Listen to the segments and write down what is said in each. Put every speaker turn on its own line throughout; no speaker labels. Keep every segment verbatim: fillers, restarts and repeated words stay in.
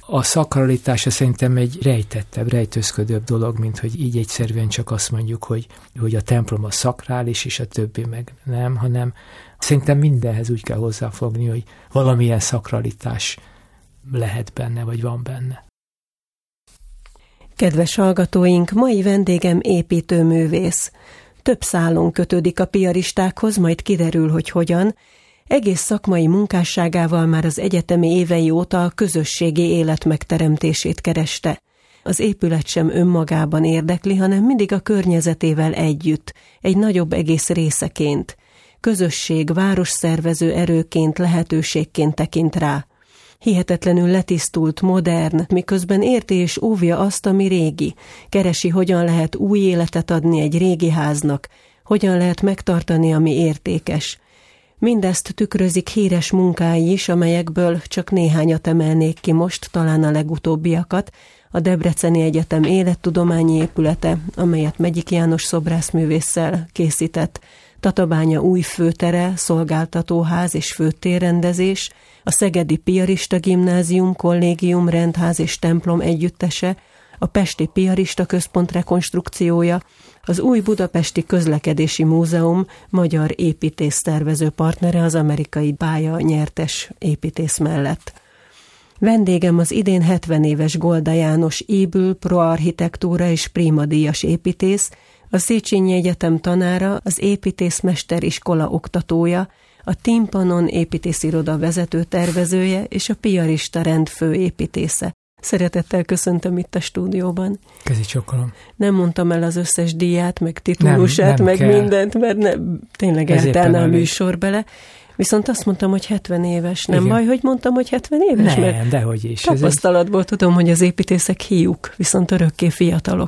A szakralitása szerintem egy rejtettebb, rejtőzködőbb dolog, mint hogy így egyszerűen csak azt mondjuk, hogy, hogy a templom a szakrális, és a többi meg nem, hanem szerintem mindenhez úgy kell hozzáfogni, hogy valamilyen szakralitás lehet benne, vagy van benne.
Kedves hallgatóink, mai vendégem építőművész. Több szálon kötődik a piaristákhoz, majd kiderül, hogy hogyan. Egész szakmai munkásságával már az egyetemi évei óta a közösségi élet megteremtését kereste. Az épület sem önmagában érdekli, hanem mindig a környezetével együtt, egy nagyobb egész részeként. Közösség, városszervező erőként, lehetőségként tekint rá. Hihetetlenül letisztult, modern, miközben érti és óvja azt, ami régi. Keresi, hogyan lehet új életet adni egy régi háznak, hogyan lehet megtartani, ami értékes. Mindezt tükrözik híres munkái is, amelyekből csak néhányat emelnék ki most, talán a legutóbbiakat. A Debreceni Egyetem élettudományi épülete, amelyet Megyik János szobrászművésszel készített, Tatabánya új főtere, szolgáltatóház és főtérrendezés, a Szegedi Piarista Gimnázium, Kollégium, Rendház és templom együttese, a Pesti Piarista Központ rekonstrukciója, az új Budapesti Közlekedési Múzeum magyar építésztervező partnere az amerikai pálya nyertes építész mellett. Vendégem az idén hetven éves Golda János Ybl proarchitektúra és primadíjas építész, a Széchenyi Egyetem tanára, az építészmesteriskola oktatója, a Timpanon építésziroda vezető tervezője és a piarista rend főépítésze. Szeretettel köszöntöm itt a stúdióban.
Kezi csokolom.
Nem mondtam el az összes díját, meg titulusát, nem, nem meg kell. Mindent, mert ne, tényleg eltelne a műsor bele. Viszont azt mondtam, hogy hetven éves. Nem igen. Baj, hogy mondtam, hogy hetven éves?
Nem,
mert
dehogy is.
Tapasztalatból ez tudom, hogy az építészek hiúk, viszont örökké fiatalok.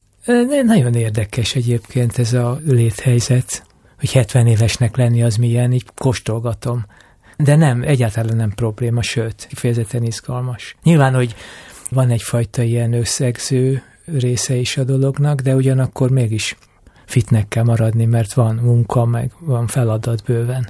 Nagyon érdekes egyébként ez a léthelyzet, hogy hetven évesnek lenni az milyen, így kóstolgatom. De nem, egyáltalán nem probléma, sőt, kifejezetten izgalmas. Nyilván, hogy van egyfajta ilyen összegző része is a dolognak, de ugyanakkor mégis fitnek kell maradni, mert van munka, meg van feladat bőven.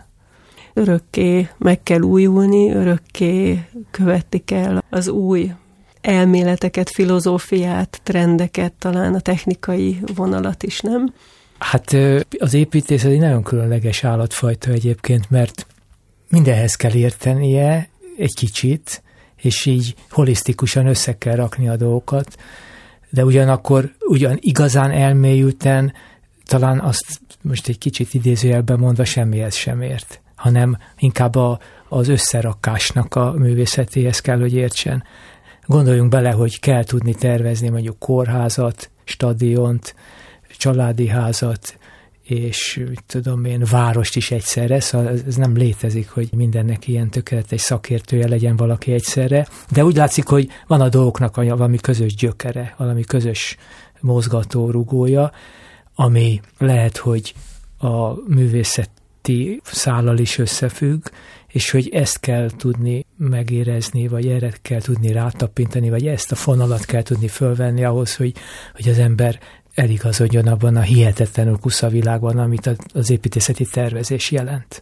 Örökké meg kell újulni, örökké követni kell az új elméleteket, filozófiát, trendeket, talán a technikai vonalat is, nem?
Hát az építész egy nagyon különleges állatfajta egyébként, mert mindenhez kell értenie egy kicsit, és így holisztikusan össze kell rakni a dolgokat, de ugyanakkor ugyan igazán elmélyülten talán azt most egy kicsit idézőjelben mondva semmihez sem ért, hanem inkább a, az összerakásnak a művészetéhez kell, hogy értsen. Gondoljunk bele, hogy kell tudni tervezni mondjuk kórházat, stadiont, családi házat, és mit tudom én, várost is egyszerre, szóval ez nem létezik, hogy mindennek ilyen tökéletes szakértője legyen valaki egyszerre, de úgy látszik, hogy van a dolgoknak valami közös gyökere, valami közös mozgatórugója, ami lehet, hogy a művészeti szállal is összefügg, és hogy ezt kell tudni megérezni, vagy erre kell tudni rátapintani, vagy ezt a fonalat kell tudni fölvenni ahhoz, hogy, hogy az ember eligazodjon abban a hihetetlenül kusza világban, amit az építészeti tervezés jelent.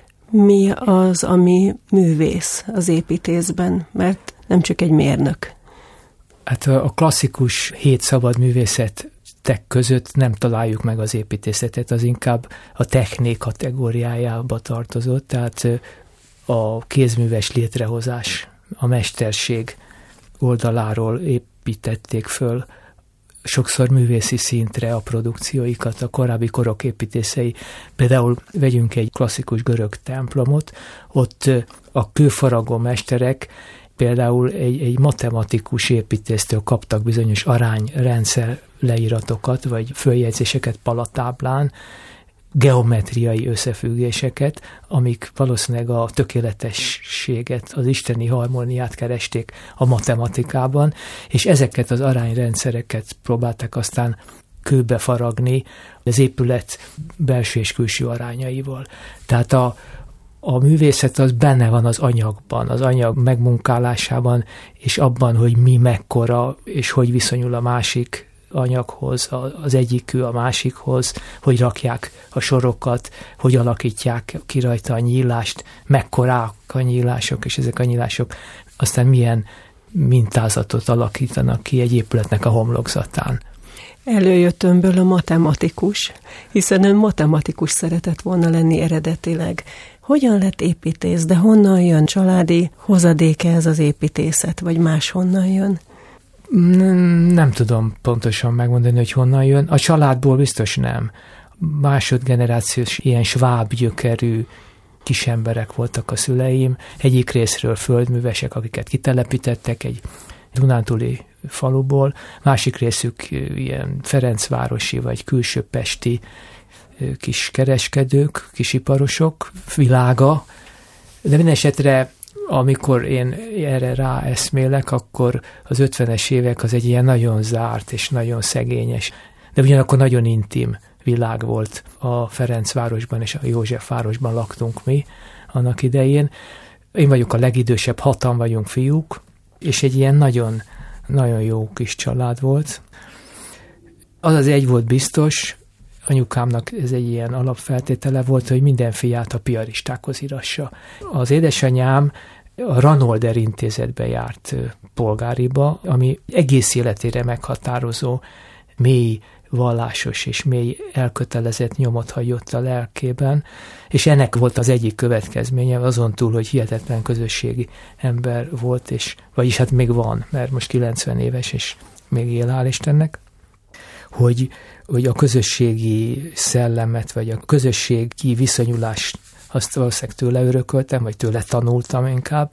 Mi az, ami művész az építészben? Mert nem csak egy mérnök.
Hát a klasszikus hét szabad művészetek között nem találjuk meg az építészetet, az inkább a technik kategóriájába tartozott, tehát a kézműves létrehozás, a mesterség oldaláról építették föl sokszor művészi szintre a produkcióikat, a korábbi korok építészei. Például vegyünk egy klasszikus görög templomot, ott a kőfaragó mesterek például egy, egy matematikus építésztől kaptak bizonyos arányrendszer leíratokat, vagy följegyzéseket palatáblán, geometriai összefüggéseket, amik valószínűleg a tökéletességet, az isteni harmóniát keresték a matematikában, és ezeket az arányrendszereket próbálták aztán kőbe faragni az épület belső és külső arányaival. Tehát a, a művészet az benne van az anyagban, az anyag megmunkálásában, és abban, hogy mi mekkora, és hogy viszonyul a másik anyaghoz, az egyikű a másikhoz, hogy rakják a sorokat, hogy alakítják ki rajta a nyílást, mekkorák a nyílások, és ezek a nyílások aztán milyen mintázatot alakítanak ki egy épületnek a homlokzatán.
Előjött önből a matematikus, hiszen ön matematikus szeretett volna lenni eredetileg. Hogyan lett építész, de honnan jön? Családi hozadéke ez az építészet, vagy máshonnan jön?
Nem, nem tudom pontosan megmondani, hogy honnan jön. A családból biztos nem. Másodgenerációs ilyen sváb gyökerű kis emberek voltak a szüleim. Egyik részről földművesek, akiket kitelepítettek egy dunántúli faluból, másik részük ilyen ferencvárosi vagy külső pesti kis kereskedők, kis iparosok világa. De minden esetre, amikor én erre ráeszmélek, akkor az ötvenes évek az egy ilyen nagyon zárt és nagyon szegényes, de ugyanakkor nagyon intim világ volt. A Ferencvárosban és a Józsefvárosban laktunk mi annak idején. Én vagyok a legidősebb, hatan vagyunk fiúk, és egy ilyen nagyon, nagyon jó kis család volt. Az az egy volt biztos, anyukámnak ez egy ilyen alapfeltétele volt, hogy minden fiát a piaristákhoz írassa. Az édesanyám a Ranolder intézetbe járt polgáriba, ami egész életére meghatározó, mély, vallásos és mély elkötelezett nyomot hagyott a lelkében, és ennek volt az egyik következménye, azon túl, hogy hihetetlen közösségi ember volt, és, vagyis hát még van, mert most kilencven éves, és még él, hál' Istennek, hogy, hogy a közösségi szellemet, vagy a közösségi viszonyulást azt valószínűleg tőle örököltem, vagy tőle tanultam inkább,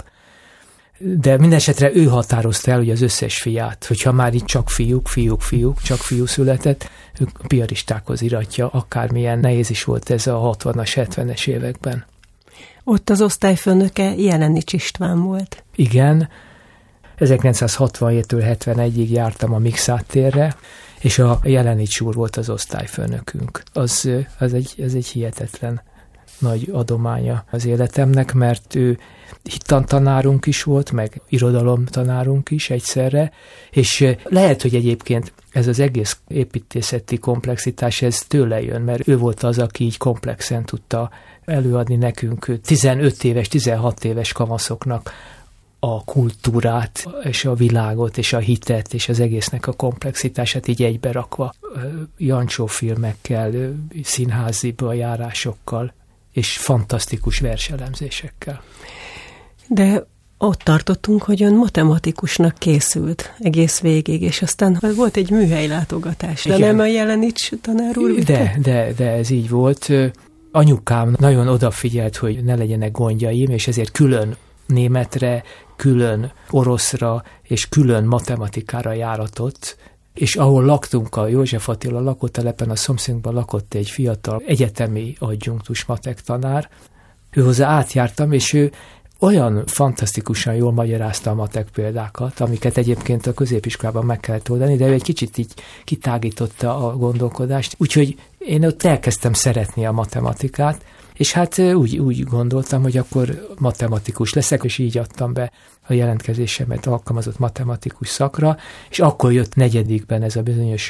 de minden esetre ő határozta el, hogy az összes fiát, hogyha már itt csak fiúk, fiúk, fiúk, csak fiú született, ő a piaristákhoz iratja, akármilyen nehéz is volt ez a hatvanas, hetvenes években.
Ott az osztályfőnöke Jelenics István volt.
Igen, ezerkilencszázhatvanhéttől hetvenegyig jártam a Mikszáth térre, és a Jelenics úr volt az osztályfőnökünk. Az, az egy, ez egy hihetetlen nagy adománya az életemnek, mert ő hittantanárunk is volt, meg irodalomtanárunk is egyszerre, és lehet, hogy egyébként ez az egész építészeti komplexitás, ez tőle jön, mert ő volt az, aki így komplexen tudta előadni nekünk tizenöt éves, tizenhat éves kamaszoknak a kultúrát, és a világot, és a hitet, és az egésznek a komplexitását így egybe rakva, Jancsó filmekkel, színháziba járásokkal, és fantasztikus verselemzésekkel.
De ott tartottunk, hogy ön matematikusnak készült egész végig, és aztán volt egy műhelylátogatás. De nem a Jelenics tanár úr?
De, de, de ez így volt. Anyukám nagyon odafigyelt, hogy ne legyenek gondjaim, és ezért külön németre, külön oroszra, és külön matematikára járatott, és ahol laktunk a József Attila lakótelepen, a szomszédunkban lakott egy fiatal egyetemi adjunktus matek tanár. Őhozzá átjártam, és ő olyan fantasztikusan jól magyarázta a matek példákat, amiket egyébként a középiskolában meg kellett oldani, de ő egy kicsit így kitágította a gondolkodást. Úgyhogy én ott elkezdtem szeretni a matematikát, és hát úgy, úgy gondoltam, hogy akkor matematikus leszek, és így adtam be a jelentkezésemet alkalmazott matematikus szakra, és akkor jött negyedikben ez a bizonyos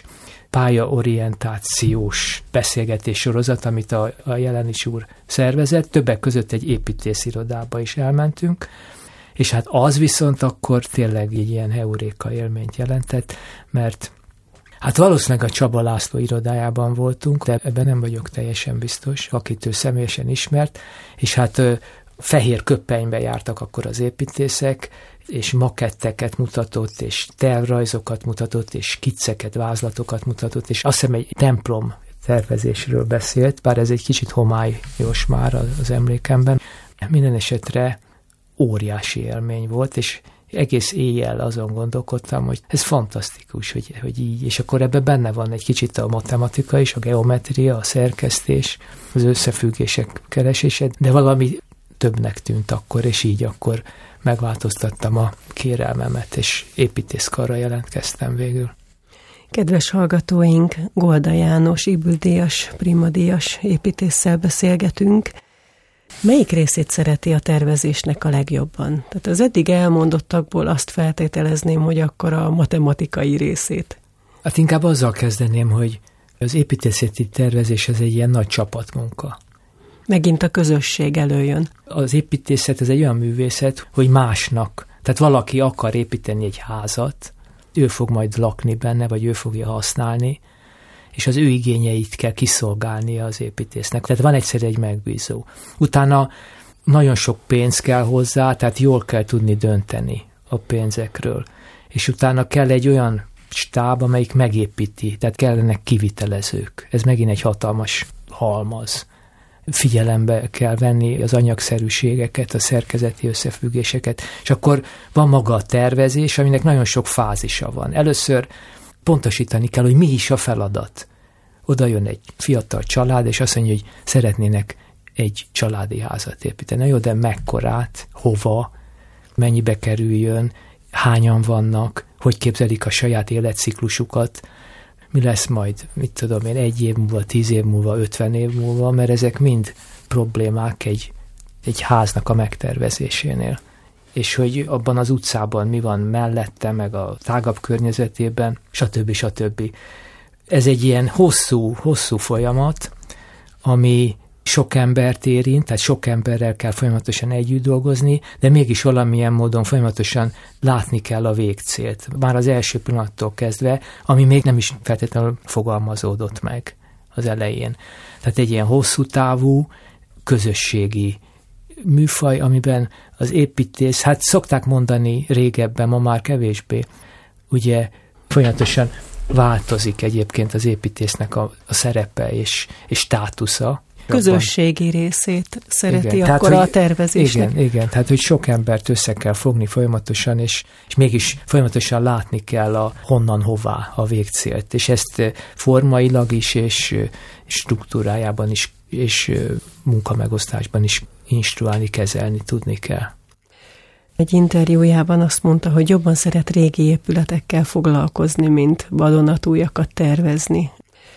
pályaorientációs beszélgetés sorozat, amit a, a Jelenics úr szervezett, többek között egy építészirodába is elmentünk, és hát az viszont akkor tényleg egy ilyen heuréka élményt jelentett, mert hát valószínűleg a Csaba László irodájában voltunk, de ebben nem vagyok teljesen biztos, akit ő személyesen ismert, és hát fehér köppenybe jártak akkor az építészek, és maketteket mutatott, és tervrajzokat mutatott, és skicceket, vázlatokat mutatott, és azt hiszem egy templom tervezésről beszélt, bár ez egy kicsit homályos már az emlékemben. Minden esetre óriási élmény volt, és egész éjjel azon gondolkodtam, hogy ez fantasztikus, hogy, hogy így, és akkor ebben benne van egy kicsit a matematika is, a geometria, a szerkesztés, az összefüggések keresése, de valami többnek tűnt akkor, és így akkor megváltoztattam a kérelmemet, és építészkarra jelentkeztem végül.
Kedves hallgatóink, Golda János, Ybl-díjas, Prima-díjas építésszel beszélgetünk. Melyik részét szereti a tervezésnek a legjobban? Tehát az eddig elmondottakból azt feltételezném, hogy akkor a matematikai részét.
Hát inkább azzal kezdeném, hogy az építészeti tervezés ez egy ilyen nagy csapatmunka.
Megint a közösség előjön.
Az építészet ez egy olyan művészet, hogy másnak Tehát valaki akar építeni egy házat, ő fog majd lakni benne, vagy ő fogja használni, és az ő igényeit kell kiszolgálnia az építésznek. Tehát van egyszer egy megbízó. Utána nagyon sok pénz kell hozzá, tehát jól kell tudni dönteni a pénzekről. És utána kell egy olyan stáb, amelyik megépíti, tehát kellenek kivitelezők. Ez megint egy hatalmas halmaz. Figyelembe kell venni az anyagszerűségeket, a szerkezeti összefüggéseket, és akkor van maga a tervezés, aminek nagyon sok fázisa van. Először pontosítani kell, hogy mi is a feladat. Oda jön egy fiatal család, és azt mondja, hogy szeretnének egy családi házat építeni. Na jó, de mekkorát, hova, mennyibe kerüljön, hányan vannak, hogy képzelik a saját életciklusukat, mi lesz majd, mit tudom én, egy év múlva, tíz év múlva, ötven év múlva, mert ezek mind problémák egy, egy háznak a megtervezésénél. És hogy abban az utcában mi van mellette, meg a tágabb környezetében, stb. stb. Ez egy ilyen hosszú, hosszú folyamat, ami sok embert érint, tehát sok emberrel kell folyamatosan együtt dolgozni, de mégis valamilyen módon folyamatosan látni kell a végcélt. Már az első pillanattól kezdve, ami még nem is feltétlenül fogalmazódott meg az elején. Tehát egy ilyen hosszú távú, közösségi műfaj, amiben az építész, hát szokták mondani régebben, ma már kevésbé, ugye folyamatosan változik egyébként az építésznek a, a szerepe és, és státusza.
Közösségi részét szereti
igen,
akkor tehát, a tervezésnek.
Igen, igen, tehát hogy sok embert össze kell fogni folyamatosan, és, és mégis folyamatosan látni kell a honnan hová a végcélt, és ezt formailag is, és struktúrájában is, és munkamegosztásban is instruálni, kezelni tudni kell.
Egy interjújában azt mondta, hogy jobban szeret régi épületekkel foglalkozni, mint vadonatújakat tervezni.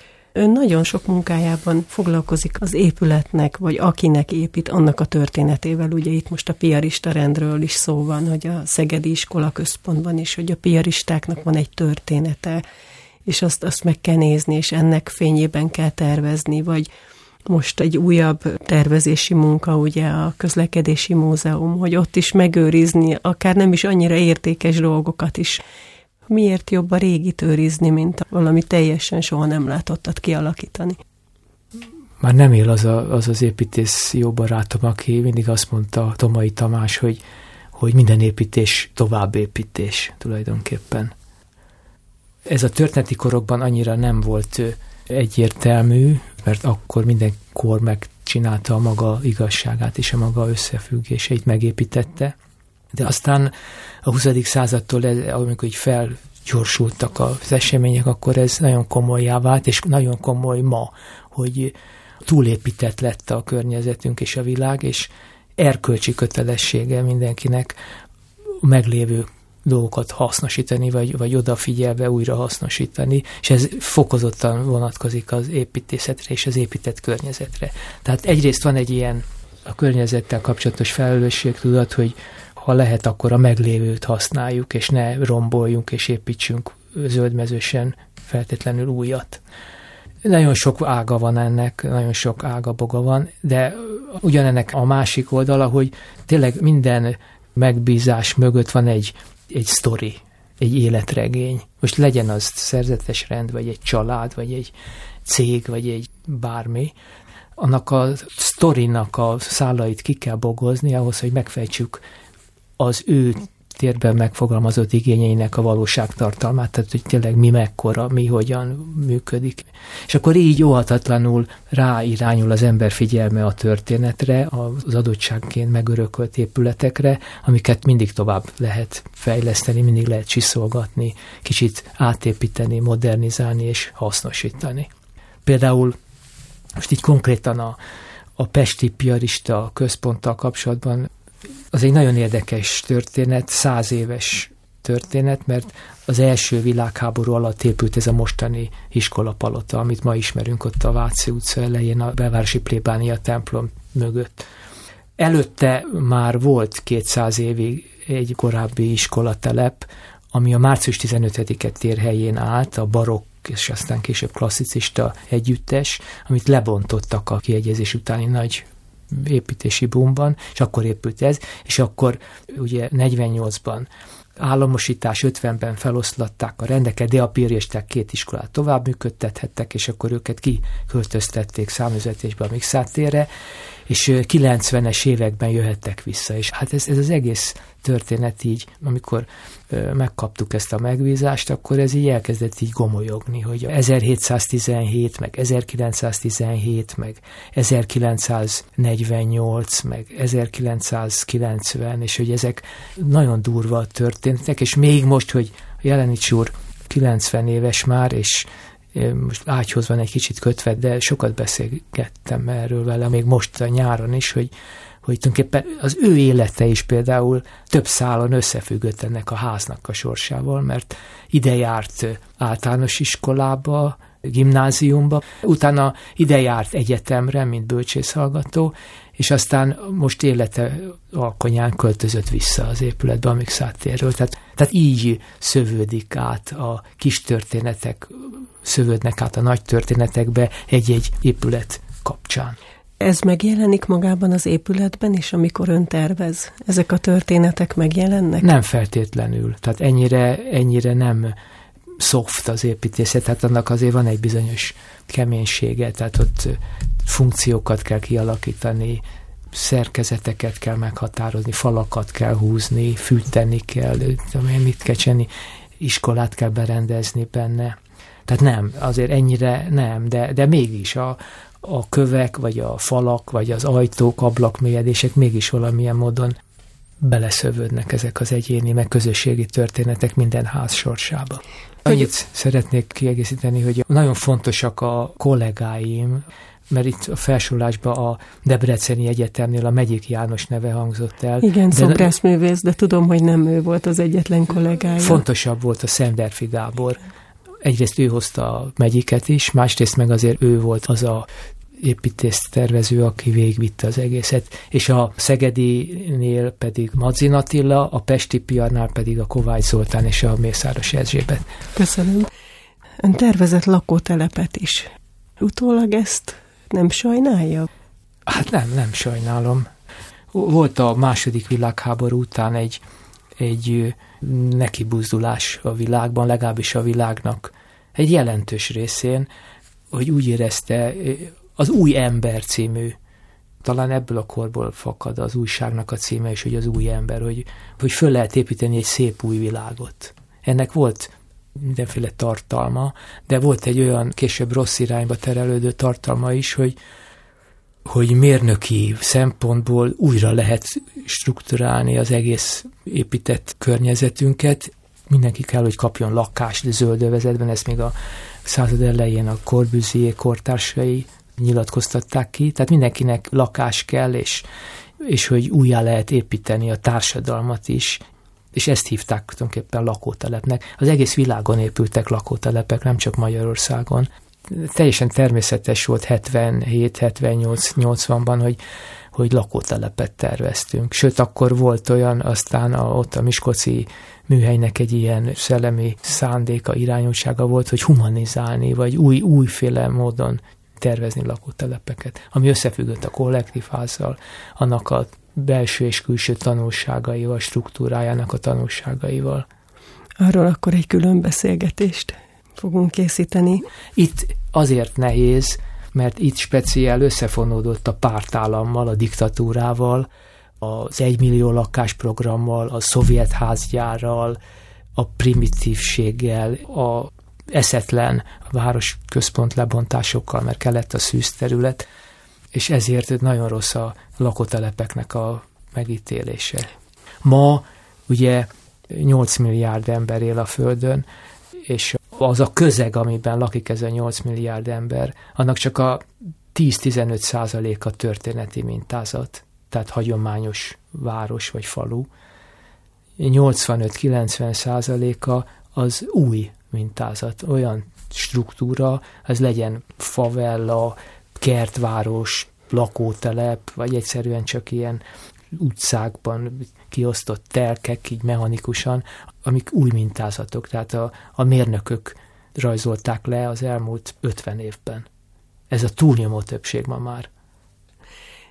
Ön nagyon sok munkájában foglalkozik az épületnek, vagy akinek épít, annak a történetével. Ugye itt most a piarista rendről is szó van, hogy a Szegedi Iskola Központban is, hogy a piaristáknak van egy története, és azt, azt meg kell nézni, és ennek fényében kell tervezni, vagy most egy újabb tervezési munka, ugye a Közlekedési Múzeum, hogy ott is megőrizni, akár nem is annyira értékes dolgokat is. Miért jobb a régit őrizni, mint valami teljesen soha nem látottat kialakítani?
Már nem él az a, az, az építész jó barátom, aki mindig azt mondta, Tomai Tamás, hogy, hogy minden építés továbbépítés tulajdonképpen. Ez a történeti korokban annyira nem volt egyértelmű, mert akkor minden kor megcsinálta a maga igazságát és a maga összefüggéseit megépítette. De aztán a huszadik századtól, amikor így felgyorsultak az események, akkor ez nagyon komolyá vált, és nagyon komoly ma, hogy túlépített lett a környezetünk és a világ, és erkölcsi kötelessége mindenkinek meglévő dolgokat hasznosítani, vagy, vagy odafigyelve újra hasznosítani, és ez fokozottan vonatkozik az építészetre és az épített környezetre. Tehát egyrészt van egy ilyen a környezettel kapcsolatos felelősségtudat, hogy ha lehet, akkor a meglévőt használjuk, és ne romboljunk és építsünk zöldmezősen feltétlenül újat. Nagyon sok ága van ennek, nagyon sok ágaboga van, de ugyanennek a másik oldala, hogy tényleg minden megbízás mögött van egy, egy sztori, egy életregény. Most legyen az szerzetes rend, vagy egy család, vagy egy cég, vagy egy bármi, annak a sztorinak a szálait ki kell bogozni ahhoz, hogy megfejtsük az ő térben megfogalmazott igényeinek a valóságtartalmát, tehát hogy tényleg mi mekkora, mi hogyan működik. És akkor így óhatatlanul ráirányul az ember figyelme a történetre, az adottságként megörökölt épületekre, amiket mindig tovább lehet fejleszteni, mindig lehet csiszolgatni, kicsit átépíteni, modernizálni és hasznosítani. Például most így konkrétan a, a Pesti Piarista Központtal kapcsolatban az egy nagyon érdekes történet, száz éves történet, mert az első világháború alatt épült ez a mostani iskolapalota, amit ma ismerünk ott a Váci utca elején, a belvárosi plébánia templom mögött. Előtte már volt kétszáz évig egy korábbi iskolatelep, ami a március tizenötödike térhelyén állt, a barokk és aztán később klasszicista együttes, amit lebontottak a kiegyezés utáni nagy építési boomban, és akkor épült ez, és akkor ugye negyvennyolcban államosítás, ötvenben feloszlatták a rendeket, de a pirjesták két iskolát tovább működtethettek, és akkor őket kiköltöztették számüzetésbe a Mikszáth térre, és kilencvenes években jöhettek vissza, és hát ez, ez az egész történet így, amikor ö, megkaptuk ezt a megbízást, akkor ez így elkezdett így gomolyogni, hogy ezerhétszáztizenhét, meg ezerkilencszáztizenhét, meg ezerkilencszáznegyvennyolc, meg ezerkilencszázkilencven, és hogy ezek nagyon durva történetek, és még most, hogy Jelenics úr kilencven éves már, és most ágyhoz van egy kicsit kötve, de sokat beszélgettem erről vele, még most a nyáron is, hogy, hogy tulajdonképpen az ő élete is például több szálon összefüggött ennek a háznak a sorsával, mert ide járt általános iskolába, gimnáziumba, utána ide járt egyetemre, mint bölcsészhallgató, és aztán most élete alkonyán költözött vissza az épületbe a Mikszáth térről. Tehát, tehát így szövődik át a kis történetek, szövődnek át a nagy történetekbe egy-egy épület kapcsán.
Ez megjelenik magában az épületben is, amikor ön tervez? Ezek a történetek megjelennek?
Nem feltétlenül. Tehát ennyire, ennyire nem soft az építészet, tehát annak azért van egy bizonyos keménysége, tehát ott funkciókat kell kialakítani, szerkezeteket kell meghatározni, falakat kell húzni, fűteni kell, mit kell csinálni, iskolát kell berendezni benne. Tehát nem, azért ennyire nem, de, de mégis a, a kövek, vagy a falak, vagy az ajtók, ablakmélyedések mégis valamilyen módon beleszövődnek ezek az egyéni, meg közösségi történetek minden ház sorsába. Annyit szeretnék kiegészíteni, hogy nagyon fontosak a kollégáim, mert itt a felsorolásban a Debreceni Egyetemnél a Megyik János neve hangzott el.
Igen, szobrászművész, de tudom, hogy nem ő volt az egyetlen kollégája.
Fontosabb volt a Szenderfi Gábor. Egyrészt ő hozta a Megyiket is, másrészt meg azért ő volt az a építész tervező, aki végigvitte az egészet, és a Szegedinél pedig Madzin Attila, a Pesti Piarnál pedig a Kovács Zoltán és a Mészáros Erzsébet.
Köszönöm. Ön tervezett lakótelepet is. Utólag ezt nem sajnálja?
Hát nem, nem sajnálom. Volt a második világháború után egy, egy nekibuzdulás a világban, legalábbis a világnak egy jelentős részén, hogy úgy érezte, az Új Ember című, talán ebből a korból fakad az újságnak a címe is, hogy az új ember, hogy, hogy föl lehet építeni egy szép új világot. Ennek volt mindenféle tartalma, de volt egy olyan később rossz irányba terelődő tartalma is, hogy, hogy mérnöki szempontból újra lehet strukturálni az egész épített környezetünket. Mindenki kell, hogy kapjon lakást zöld övezetben, ezt még a század elején a Corbusier kortársai nyilatkoztatták ki, tehát mindenkinek lakás kell, és, és hogy újjá lehet építeni a társadalmat is, és ezt hívták tulajdonképpen lakótelepnek. Az egész világon épültek lakótelepek, nem csak Magyarországon. Teljesen természetes volt hetvenhét hetvennyolc nyolcvanban, hogy, hogy lakótelepet terveztünk. Sőt, akkor volt olyan, aztán a, ott a miskolci műhelynek egy ilyen szellemi szándéka, irányultsága volt, hogy humanizálni, vagy új, újféle módon tervezni lakótelepeket, ami összefüggött a kollektív házzal, annak a belső és külső tanulságaival, struktúrájának a tanulságaival.
Arról akkor egy külön beszélgetést fogunk készíteni.
Itt azért nehéz, mert itt speciál összefonódott a pártállammal, a diktatúrával, az egymillió lakás programmal, a szovjet házgyárral, a primitívséggel, a eszetlen városközpont lebontásokkal, mert kellett a szűz terület, és ezért nagyon rossz a lakótelepeknek a megítélése. Ma ugye nyolc milliárd ember él a Földön, és az a közeg, amiben lakik ez a nyolc milliárd ember, annak csak a tíz-tizenöt százaléka történeti mintázat, tehát hagyományos város vagy falu. nyolcvanöt-kilencven százaléka az új mintázat, olyan struktúra, ez legyen favella, kertváros, lakótelep, vagy egyszerűen csak ilyen utcákban kiosztott telkek, így mechanikusan, amik új mintázatok, tehát a, a mérnökök rajzolták le az elmúlt ötven évben. Ez a túlnyomó többség ma már.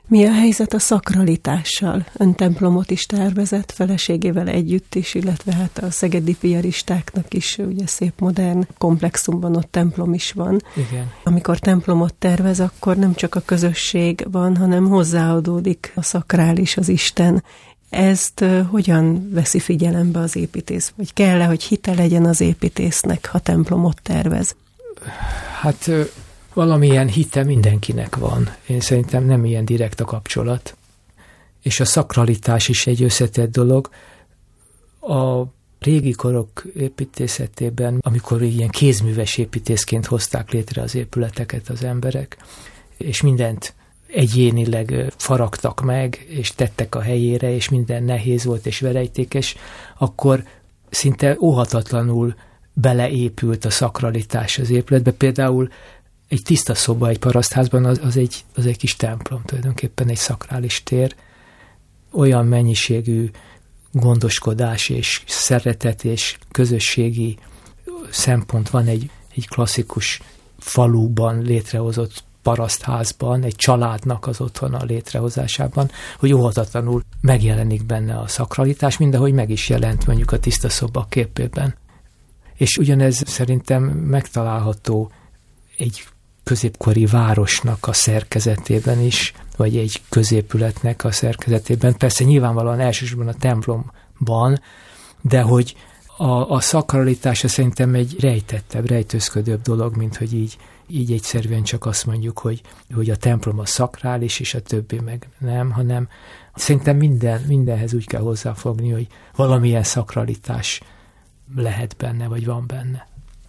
Mi a helyzet a szakralitással? Ön templomot is tervezett feleségével együtt is, illetve hát a szegedi piaristáknak is ugye szép modern komplexumban ott templom is van.
Igen.
Amikor templomot tervez, akkor nem csak a közösség van, hanem hozzáadódik a szakrális, az Isten. Ezt uh, hogyan veszi figyelembe az építész? Vagy kell-e, hogy hite legyen az építésznek, ha templomot tervez?
Hát valamilyen hite mindenkinek van. Én szerintem nem ilyen direkt a kapcsolat. És a szakralitás is egy összetett dolog. A régi korok építészetében, amikor ilyen kézműves építészként hozták létre az épületeket az emberek, és mindent egyénileg faragtak meg, és tettek a helyére, és minden nehéz volt és verejtékes, akkor szinte óhatatlanul beleépült a szakralitás az épületbe. Például egy tiszta szoba egy parasztházban az, az, egy, az egy kis templom, tulajdonképpen egy szakrális tér. Olyan mennyiségű gondoskodás és szeretet és közösségi szempont van egy, egy klasszikus faluban létrehozott parasztházban, egy családnak az otthona létrehozásában, hogy óhatatlanul megjelenik benne a szakralitás, mindahogy meg is jelent mondjuk a tiszta szoba képében. És ugyanez szerintem megtalálható egy középkori városnak a szerkezetében is, vagy egy középületnek a szerkezetében. Persze nyilvánvalóan elsősorban a templomban, de hogy a, a szakralitása szerintem egy rejtettebb, rejtőzködőbb dolog, mint hogy így, így egyszerűen csak azt mondjuk, hogy, hogy a templom a szakrális, és a többi meg nem, hanem szerintem minden, mindenhez úgy kell hozzáfogni, hogy valamilyen szakralitás lehet benne, vagy van benne.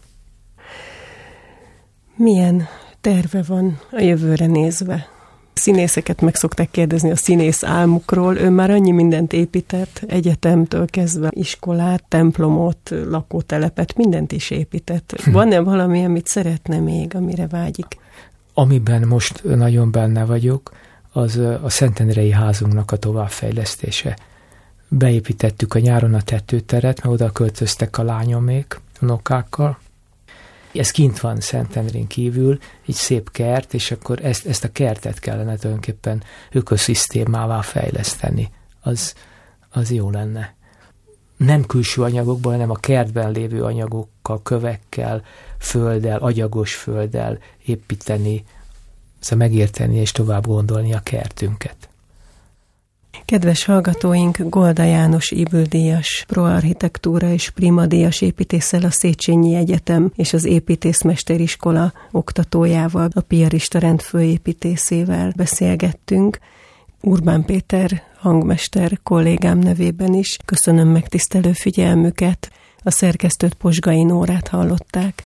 Milyen terve van a jövőre nézve? Színészeket meg szokták kérdezni a színész álmukról. Ő már annyi mindent épített, egyetemtől kezdve iskolát, templomot, lakótelepet, mindent is épített. Van-e valami, amit szeretne még, amire vágyik?
Amiben most nagyon benne vagyok, az a Szentendrei házunknak a továbbfejlesztése. Beépítettük a nyáron a tetőteret, mert oda költöztek a lányomék, unokákkal. Ez kint van Szentendrén kívül, egy szép kert, és akkor ezt, ezt a kertet kellene tulajdonképpen ökoszisztémává fejleszteni. Az, az jó lenne. Nem külső anyagokból, hanem a kertben lévő anyagokkal, kövekkel, földdel, agyagos földdel építeni, szóval megérteni és tovább gondolni a kertünket.
Kedves hallgatóink, Golda János Ybl-díjas proarchitektúra és primadíjas építészel a Széchenyi Egyetem és az Építészmesteriskola oktatójával, a piarista rend főépítészével beszélgettünk. Urbán Péter hangmester kollégám nevében is köszönöm megtisztelő figyelmüket. A szerkesztőt, Posgai Nórát hallották.